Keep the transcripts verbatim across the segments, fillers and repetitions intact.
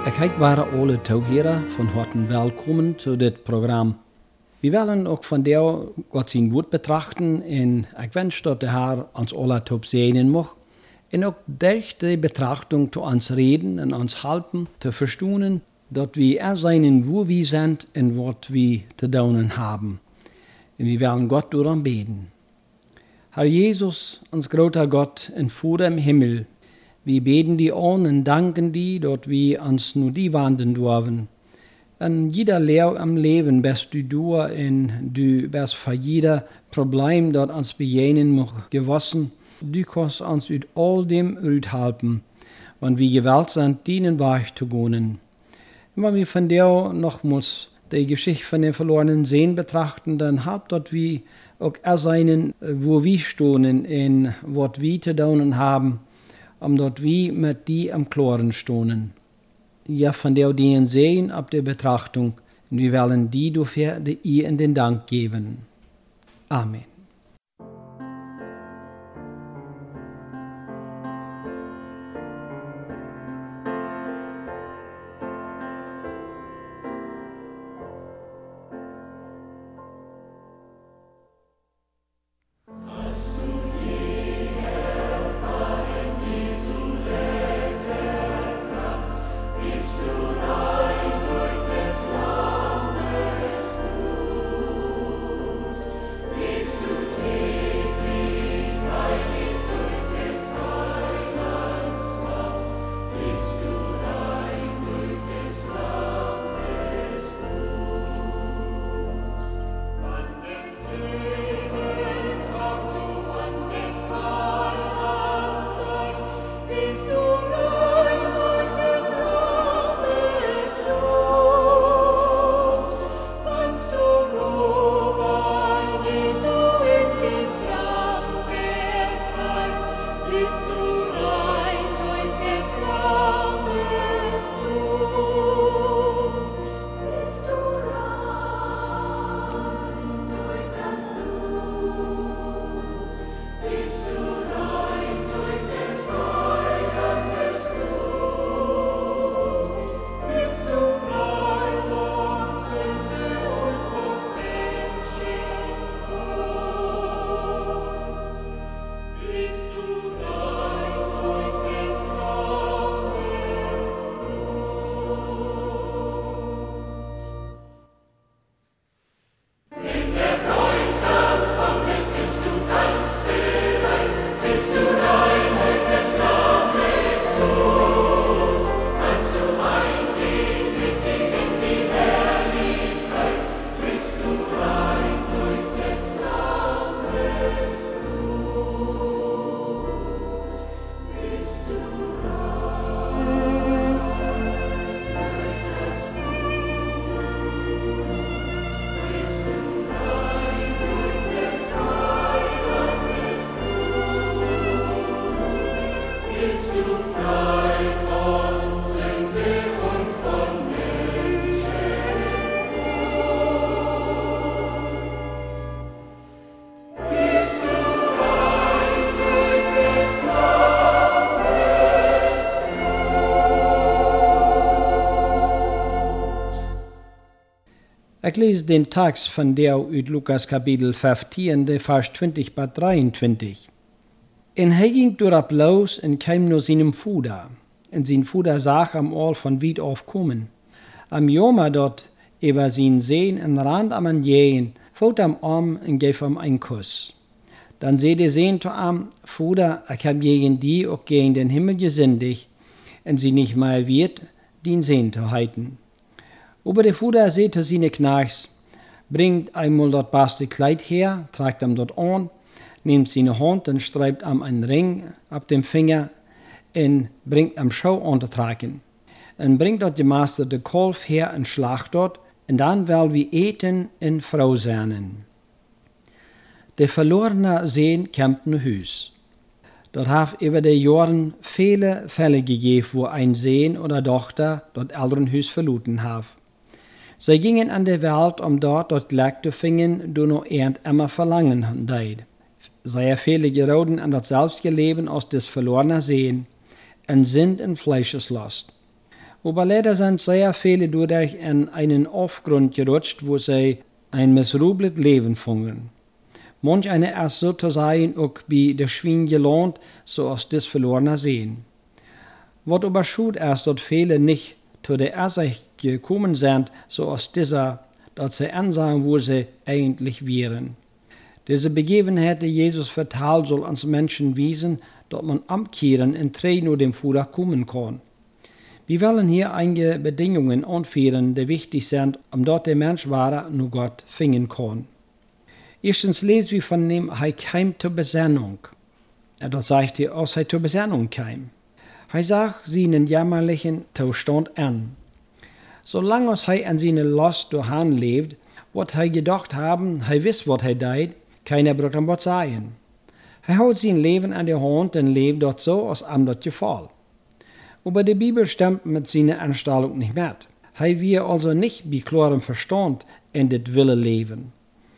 Ik heet waren alle toeheren van harte welkom zu dit programma. We willen ook van jou God zijn woord betrachten en ik wens dat de Heer ons alle top zegenen mag. En ook durch die betrachtung te ons reden en ons helpen te verstaan dat we er zijn wo we zijn en wat we te doen hebben. En we willen God door beten. Herr Jesus, ons groter Gott en Vader im Himmel, we beten die aan en danken die dat we ons nu die wanden dürfen. En jeder leer am Leben bist du door en du bist voor jeder probleem dat ons begegnen mag gewassen. Du kannst ons uit all dem uithelpen, want we geweld zijn dienen weg te gaan. Wenn wir von dir nochmals die Geschichte von den verlorenen Seen betrachten, dann habt dat wir auch erseinen, wo wir stehen und was wir zu tun haben, um dort wir mit die am Klaren stehen. Ja, von der dienen sehen ab der Betrachtung, und wir wollen die dafür die ihr in den Dank geben. Amen. Ik lees den Text von der uit Lukas Kapitel vijftien, de vers twintig bis drieëntwintig. En hij ging daarop los en kwam naar zijn vader. En zijn vader zag hem al van weit af komen. Am jammer dat über zijn zeen en rand am an jähen, vouwt hem om en geef hem een kus. Dan zei de zeen zu hem, Vader, ik heb gegen die ook gegen den Himmel gesündigt, en sie nicht mal wird, den Seen zu halten. Aber der Vater sagt zu seinen Knechts, bringt einmal das beste Kleid her, tragt ihm dort an, nimmt seine Hand und streibt ihm einen Ring ab dem Finger und bringt ihm Schau an zu tragen. Und bringt dort der Meister de Kalf her und schlacht dort, und dann will wir eten und Frau sein. Der verlorene Seen kommt nach Hus. Dort hat über die Jahre viele Fälle gegeben, wo ein Sohn oder Tochter das Elternhaus verlassen hat. Sie gingen an die Welt, um dort das Glück zu finden, du noch irgend immer verlangen deed. Sehr viele geraten an das selbstge Leben aus des verlorenen Sehen und sind in Fleischeslust. Aber leider sind sehr viele dadurch in einen Aufgrund gerutscht, wo sie ein missrübles Leben führen. Manch eine erst so zu sein, auch wie der Schwein gelohnt, so aus des verlorener sehen. Was aber schuld erst, dort viele nicht zu der Ersicht gekommen sind, so aus dieser, dass sie ansagen, wo sie eigentlich wären. Diese Begebenheit, die Jesus verteilt, soll uns Menschen wiesen, dass man umkehren und treu nur dem Vater kommen kann. Wir wollen hier einige Bedingungen anführen, die wichtig sind, um dort der Mensch wahre nur Gott finden kann. Erstens lesen wir von dem, er kam zur Besinnung. Er dort sagt er, als er zur Besinnung kam. Er sagt seinen jämmerlichen Zustand an. Solange er an seine Lust durchhan lebt, wird er gedacht haben, er wisst, was er tut, keiner braucht ihm was sagen. Er hat sein Leben an der Hand und lebt dort so, als ihm das gefällt. Aber die Bibel stimmt mit seiner Anstellung nicht mit. Er wird also nicht bei klarem Verstand in das Wille leben.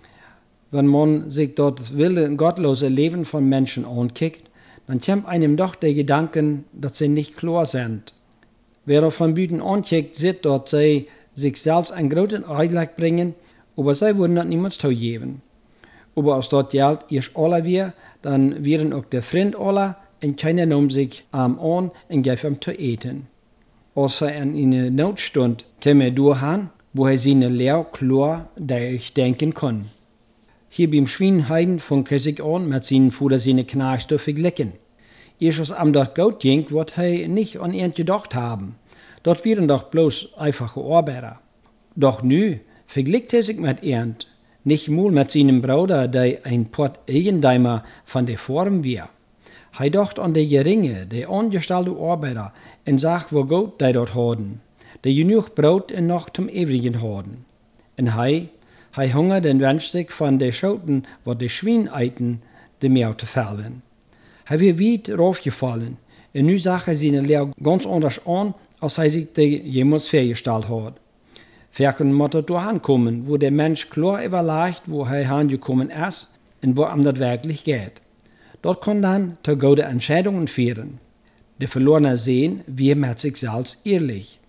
Wenn man sich dort wilde, gottlose Leben von Menschen ankickt, dann kommt einem doch der Gedanken, dass sie nicht klar sind. Wer von Büten ankickt, sieht dort, sie sich selbst einen großen Eidlag bringen, aber sie würden das niemals zugeben. Aber als dort Geld erst alle wir, dann wären auch der Freund alle, und keiner nahm sich arm an und gab ihm zu eten. Als er in eine Notstund kam er durchhan, wo er seine Lehre klar durchdenken kann. Hier beim Schweinheiden fängt er sich an, mit seinen Vater seine Knechte zu vergleichen. Erst als ihm das gut ging, wird er nicht an ihn gedacht haben. Dort wären doch bloß einfache Arbeiter. Doch nu vergleicht er sich mit ihnen, nicht mal mit seinem Bruder, der ein Pott Eigentümer von der Form war. Er dacht an die geringe, die angestellte Arbeiter und sagt, wo gut die dort haben, die genug Brot und noch zum Ewigen haben. Und er, er hungert und wünscht sich von den Schoten, wo die Schweine eiten, die Mehl zu fallen. Er wird weit raufgefallen und nu sagt er seine Lehre ganz anders an, als er sich die jemals vorgestellt hat. Verken muss er durchkommen, wo der Mensch klar überlegt, wo er angekommen ist und wo ihm das wirklich geht. Dort kann dann zu guten Entscheidungen führen. Der Verlorene sehen, wie mit sich selbst ehrlich.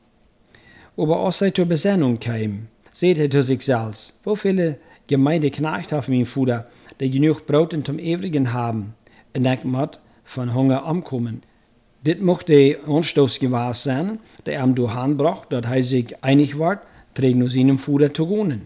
Aber als er zur Besinnung kam, seht er zu sich selbst, wo viele gemeine Knechte auf meinem Vater, die genug Brot zum Ewigen haben, und ich muss von Hunger umkommen. Dit mocht der Anstoß gewesen sein, der ihm durchbracht, dass er sich einig war, trägt nur seinem Vater zu gehen.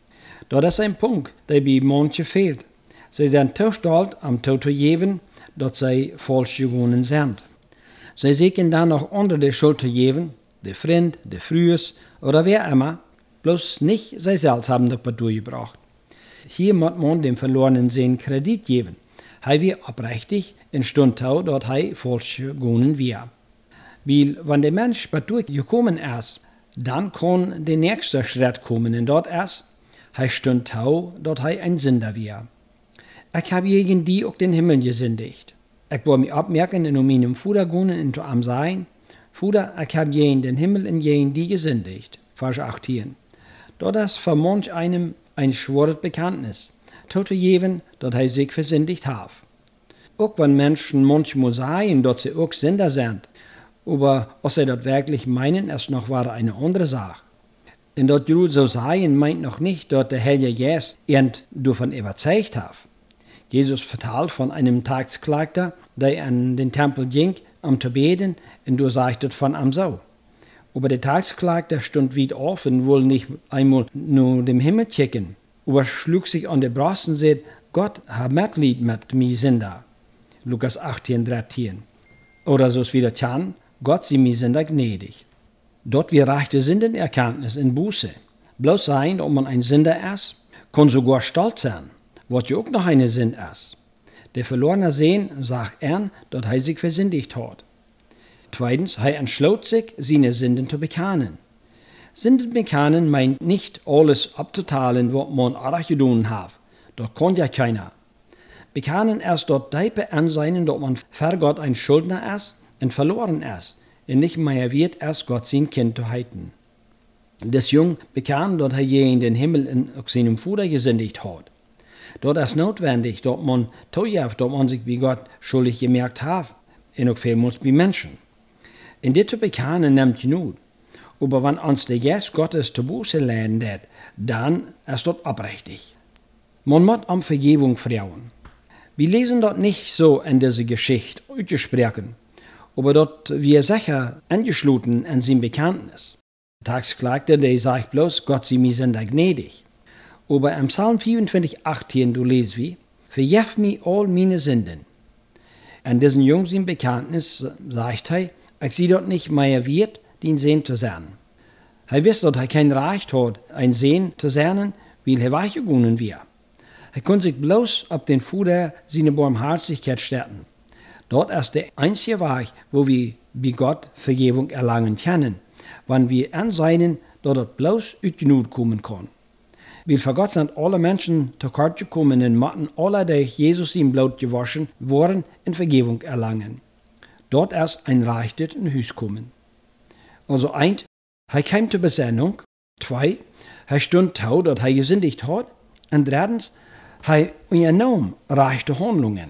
Das ist ein Punkt, der bei manchen fehlt. Sie sind zu stolz, am Tod zu geben, dass sie falsch gegangen sind. Sie suchen dann noch andere die Schuld zu geben, der Freund, der Frühes oder wer immer, bloß nicht sie selbst haben das durchgebracht. Hier muss man dem Verlorenen seinen Kredit geben. Er wird aufrichtig in Stund tau, dass er falsch gegangen war. Weil, wenn der Mensch durchgekommen ist, dann kann der nächste Schritt kommen, und dort ist, er stund tau, dass er ein Sünder war. Ich habe gegen die auch den Himmel gesündigt. Ich wollte mich abmerken und um meinem Vater gehen und zu ihm sagen, Vater, ich habe gegen den Himmel und gegen die gesündigt. Vers achtzehn. Das ist für manch einem ein schweres Bekenntnis, zu geben, dass er sich versündigt hat. Auch wenn Menschen manchmal sagen, dass sie auch Sünder sind, aber ob sie das wirklich meinen, ist noch war eine andere Sache. Und das so sagen meint noch nicht, dass der Heilige Geist irgend davon überzeugt hat. Jesus vertelt von einem Tagsklagter, der an den Tempel ging, um zu beten, und du sagtest von ihm so. Aber der Tagsklagter stund weit auf und wollte nicht einmal nur dem Himmel checken, aber schlug sich an die Brust und sagte, Gott, hab Mitleid mit mir Sünder. Lukas achtzehn, dreizehn. Oder so es wieder kann, Gott sei mir Sünder gnädig. Dort wir reichte Sündenerkenntnis in Buße. Bloß sein, ob man ein Sünder ist, kann sogar stolz sein, was ja auch noch eine Sünde ist. Der Verlorene sehen, sagt er, dass er sich versündigt hat. Zweitens, er entschloss sich, seine Sünden zu bekennen. Sünden bekennen meint nicht alles abzuteilen, was man auch getan hat. Das kann ja keiner. Bekennen ist dort die Ansinnen, dass man vor Gott ein Schuldner ist und verloren ist, und nicht mehr wird, als Gott sein Kind zu halten. Das Jung bekannt, dass er je in den Himmel in seinem Vater gesündigt hat. Dort ist notwendig, dass man zugibt, dass man sich bei Gott schuldig gemerkt hat, und auch vielmals bei Menschen. In dit zu bekennen nimmt genug. Aber wenn uns der Geist Gottes zu Buße lernt, dann ist das abrechtig. Man muss um Vergebung fragen. Wir lesen dort nicht so in dieser Geschichte ausgesprochen, aber dort wir sicher angeschlossen in sein Bekenntnis. Der Textklagte, der sagt bloß, Gott sei mir sind gnädig. Aber im Psalm vierundzwanzig, achtzehn, du lest wie, vergib mir all meine Sünden. In diesem jüngsten Bekenntnis sagt er, ich sehe dort nicht mehr wert, den Sehen zu sein. Er wisst, dass er kein Recht hat, ein Sehen zu sein, weil er weichgegangen wäre. Er konnte sich bloß auf den Fuder seine Barmherzigkeit stärken. Dort ist der einzige Weg, wo wir bei Gott Vergebung erlangen können, wenn wir anseien, dass das bloß aus Genut kommen kann. Weil für Gott sind alle Menschen zu kurz gekommen und mussten alle durch Jesus im Blut gewaschen worden in Vergebung erlangen. Dort ist ein Reichtet in Haus kommen. Also eins, er kam zur Besinnung. Zwei, er stund tau, dass er gesündigt hat. Und drittens, er unternahm reichte Handlungen.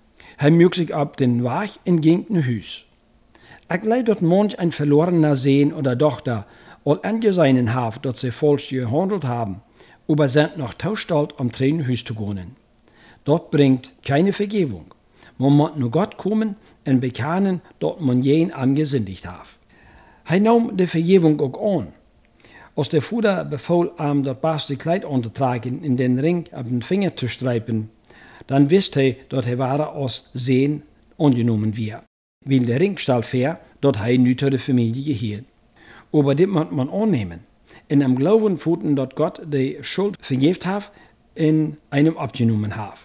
Er mögt sich ab den Weg in ging in Haus. Ich glaube, dass manch ein verlorener Sohn oder Tochter all angesehen hat, dass sie falsch gehandelt haben, aber sind noch taustalt, um Tränen Haus zu gehen. Dort bringt keine Vergebung. Man muss nur Gott kommen und bekennen, dass man jeden angesündigt hat. Er nahm die Vergebung auch an. Als der Vater befahl, ihm das beste Kleid anzutragen, in den Ring auf den Finger zu streifen, dann wusste er, dass er war als Sehen angenommen wird. Weil der Ring stellt fair, dass er nicht zu der Familie gehört. Aber das muss man annehmen. In einem Glauben fuhren, dass Gott die Schuld vergeben hat, in einem abgenommen hat.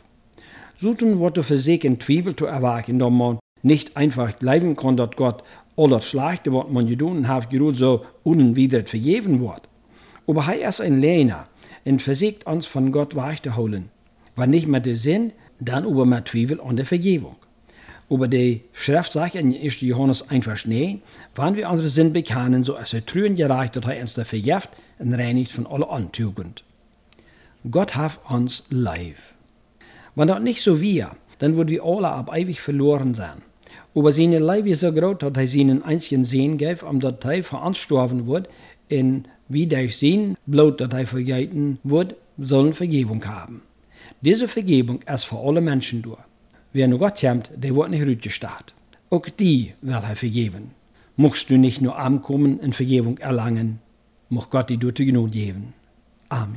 So wird er versuchen, Zweifel zu erwecken, dass man nicht einfach glauben kann, dass Gott all das Schlechte, was man getan hat, gerade so unwidert vergeben wird. Aber er ist ein Lehner und versucht uns von Gott wegzuholen. Wenn nicht mit dem Sinn, dann aber mit Zweifel an der Vergebung. Aber die Schrift sagt in ersten Johannes eins, Vers neun, wenn wir unsere Sinn bekennen, so ist er treu und gerecht, dass er uns der vergibt und reinigt von aller Antugend. Gott hat uns lieb. Wenn das nicht so wäre, dann würden wir alle ab ewig verloren sein. Aber seine Liebe ist so groß, dass er seinen einzigen Sohn gab, um dass er für uns sterben wird, und wie durch sein Blut, dass er vergeben wird, sollen Vergebung haben. Diese Vergebung ist für alle Menschen durch. Wer nur Gott kennt, der wird nicht rückgestarrt. Auch die will er vergeben. Musst du nicht nur ankommen und Vergebung erlangen, muss Gott dir durch die Gnade geben. Amen.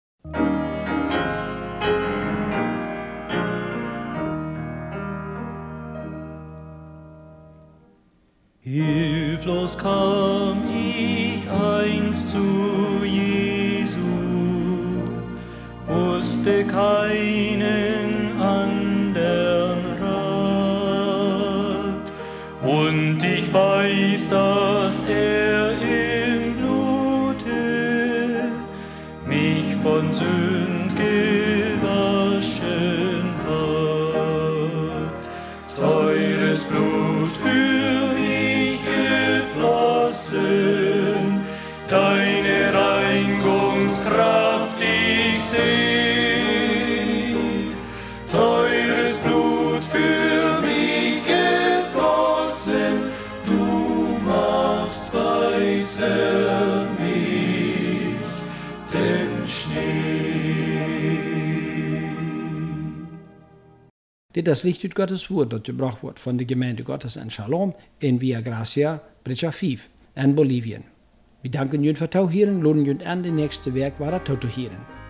Hilflos kam ich einst zu Jesu, wusste keinen anderen Rat, und ich weiß, dass er im Blute mich von Sünd gewaschen hat. Teures Blut für mich geflossen, deine Reinigungskraft ich seh. Teures Blut für mich geflossen, du machst weißer mich den Schnee. Dit ist das Licht aus Gottes Wort, das gebracht wird von der Gemeinde Gottes in Shalom in Via Gracia, Brecha fünf in Bolivien. Wir danken Ihnen für Tauhieren, lohnen Ihnen an, das nächste Werk war Toto Hieren.